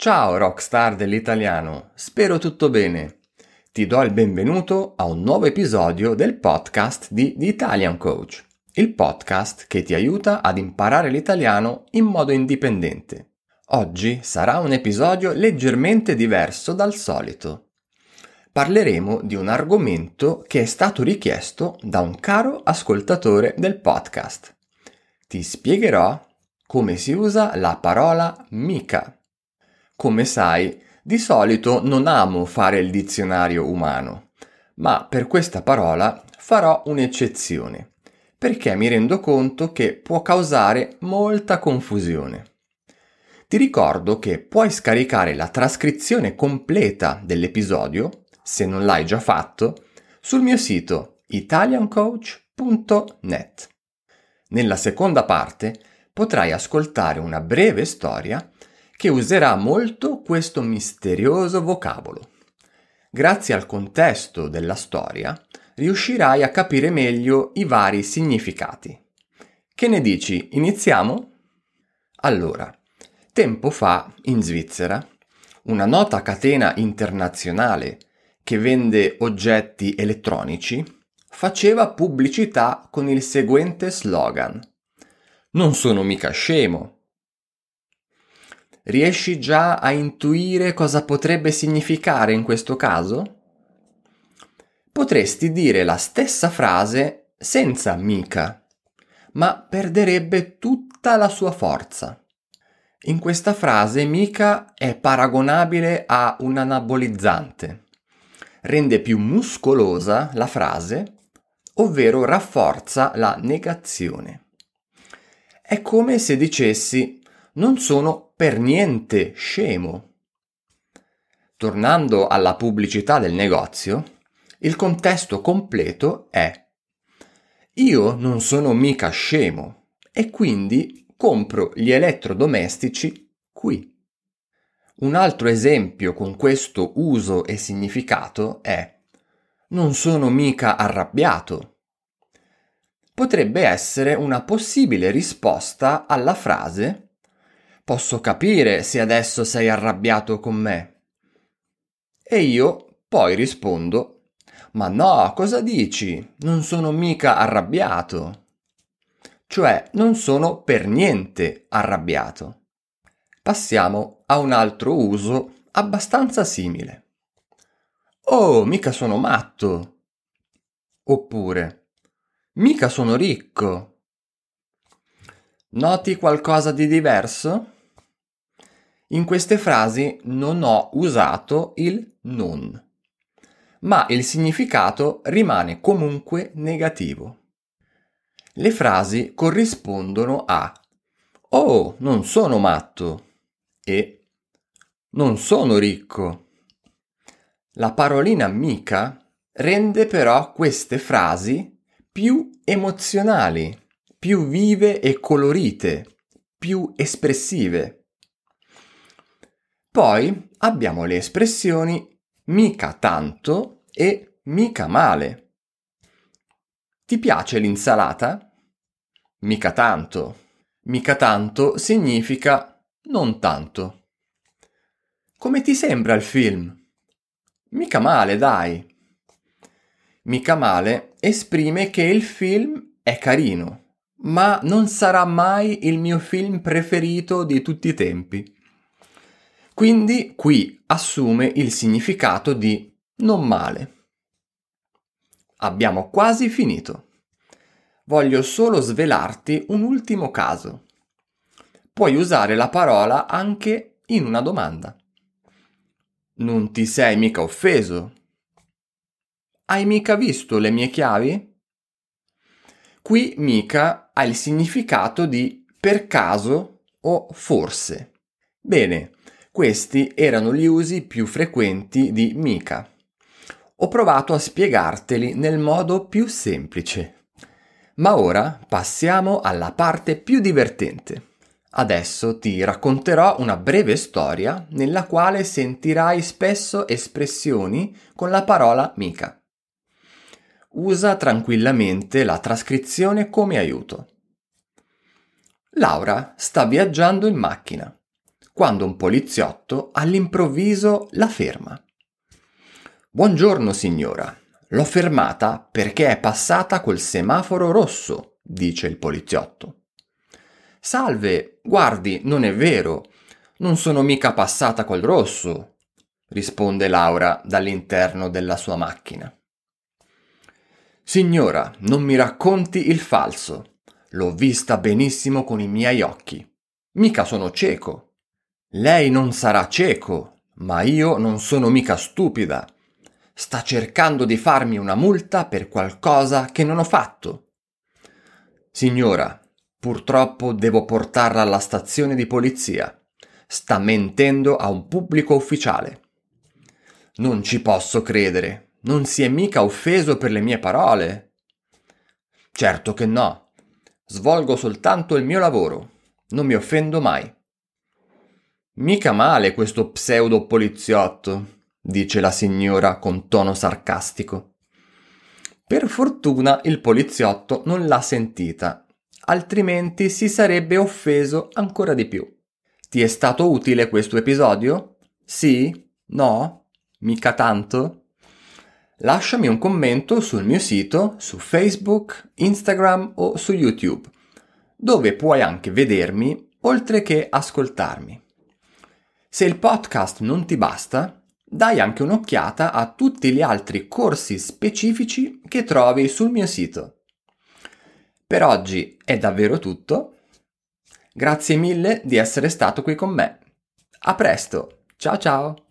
Ciao rockstar dell'italiano, spero tutto bene. Ti do il benvenuto a un nuovo episodio del podcast di The Italian Coach, il podcast che ti aiuta ad imparare l'italiano in modo indipendente. Oggi sarà un episodio leggermente diverso dal solito. Parleremo di un argomento che è stato richiesto da un caro ascoltatore del podcast. Ti spiegherò come si usa la parola mica. Come sai, di solito non amo fare il dizionario umano, ma per questa parola farò un'eccezione, perché mi rendo conto che può causare molta confusione. Ti ricordo che puoi scaricare la trascrizione completa dell'episodio, se non l'hai già fatto, sul mio sito italiancoach.net. Nella seconda parte potrai ascoltare una breve storia che userà molto questo misterioso vocabolo. Grazie al contesto della storia, riuscirai a capire meglio i vari significati. Che ne dici? Iniziamo? Allora, tempo fa, in Svizzera, una nota catena internazionale che vende oggetti elettronici faceva pubblicità con il seguente slogan: "Non sono mica scemo". Riesci già a intuire cosa potrebbe significare in questo caso? Potresti dire la stessa frase senza mica, ma perderebbe tutta la sua forza. In questa frase mica è paragonabile a un anabolizzante. Rende più muscolosa la frase, ovvero rafforza la negazione. È come se dicessi: non sono per niente scemo. Tornando alla pubblicità del negozio, il contesto completo è: io non sono mica scemo e quindi compro gli elettrodomestici qui. Un altro esempio con questo uso e significato è: non sono mica arrabbiato. Potrebbe essere una possibile risposta alla frase: posso capire se adesso sei arrabbiato con me. E io poi rispondo: ma no, cosa dici? Non sono mica arrabbiato. Cioè, non sono per niente arrabbiato. Passiamo a un altro uso abbastanza simile. Oh, mica sono matto. Oppure, mica sono ricco. Noti qualcosa di diverso? In queste frasi non ho usato il non, ma il significato rimane comunque negativo. Le frasi corrispondono a: oh, non sono matto e non sono ricco. La parolina mica rende però queste frasi più emozionali, più vive e colorite, più espressive. Poi abbiamo le espressioni mica tanto e mica male. Ti piace l'insalata? Mica tanto. Mica tanto significa non tanto. Come ti sembra il film? Mica male, dai. Mica male esprime che il film è carino, ma non sarà mai il mio film preferito di tutti i tempi. Quindi qui assume il significato di non male. Abbiamo quasi finito. Voglio solo svelarti un ultimo caso. Puoi usare la parola anche in una domanda. Non ti sei mica offeso? Hai mica visto le mie chiavi? Qui mica ha il significato di per caso o forse. Bene. Questi erano gli usi più frequenti di mica. Ho provato a spiegarteli nel modo più semplice. Ma ora passiamo alla parte più divertente. Adesso ti racconterò una breve storia nella quale sentirai spesso espressioni con la parola mica. Usa tranquillamente la trascrizione come aiuto. Laura sta viaggiando in macchina. quando un poliziotto all'improvviso la ferma. «Buongiorno signora, l'ho fermata perché è passata col semaforo rosso», dice il poliziotto. «Salve, guardi, non è vero, non sono mica passata col rosso», risponde Laura dall'interno della sua macchina. «Signora, non mi racconti il falso. L'ho vista benissimo con i miei occhi. Mica sono cieco». «Lei non sarà cieco, ma io non sono mica stupida. Sta cercando di farmi una multa per qualcosa che non ho fatto». «Signora, purtroppo devo portarla alla stazione di polizia. Sta mentendo a un pubblico ufficiale». «Non ci posso credere. Non si è mica offeso per le mie parole?» «Certo che no. Svolgo soltanto il mio lavoro. Non mi offendo mai». «Mica male questo pseudo poliziotto», dice la signora con tono sarcastico. Per fortuna il poliziotto non l'ha sentita, altrimenti si sarebbe offeso ancora di più. Ti è stato utile questo episodio? Sì? No? Mica tanto? Lasciami un commento sul mio sito, su Facebook, Instagram o su YouTube, dove puoi anche vedermi oltre che ascoltarmi. Se il podcast non ti basta, dai anche un'occhiata a tutti gli altri corsi specifici che trovi sul mio sito. Per oggi è davvero tutto. Grazie mille di essere stato qui con me. A presto, ciao ciao!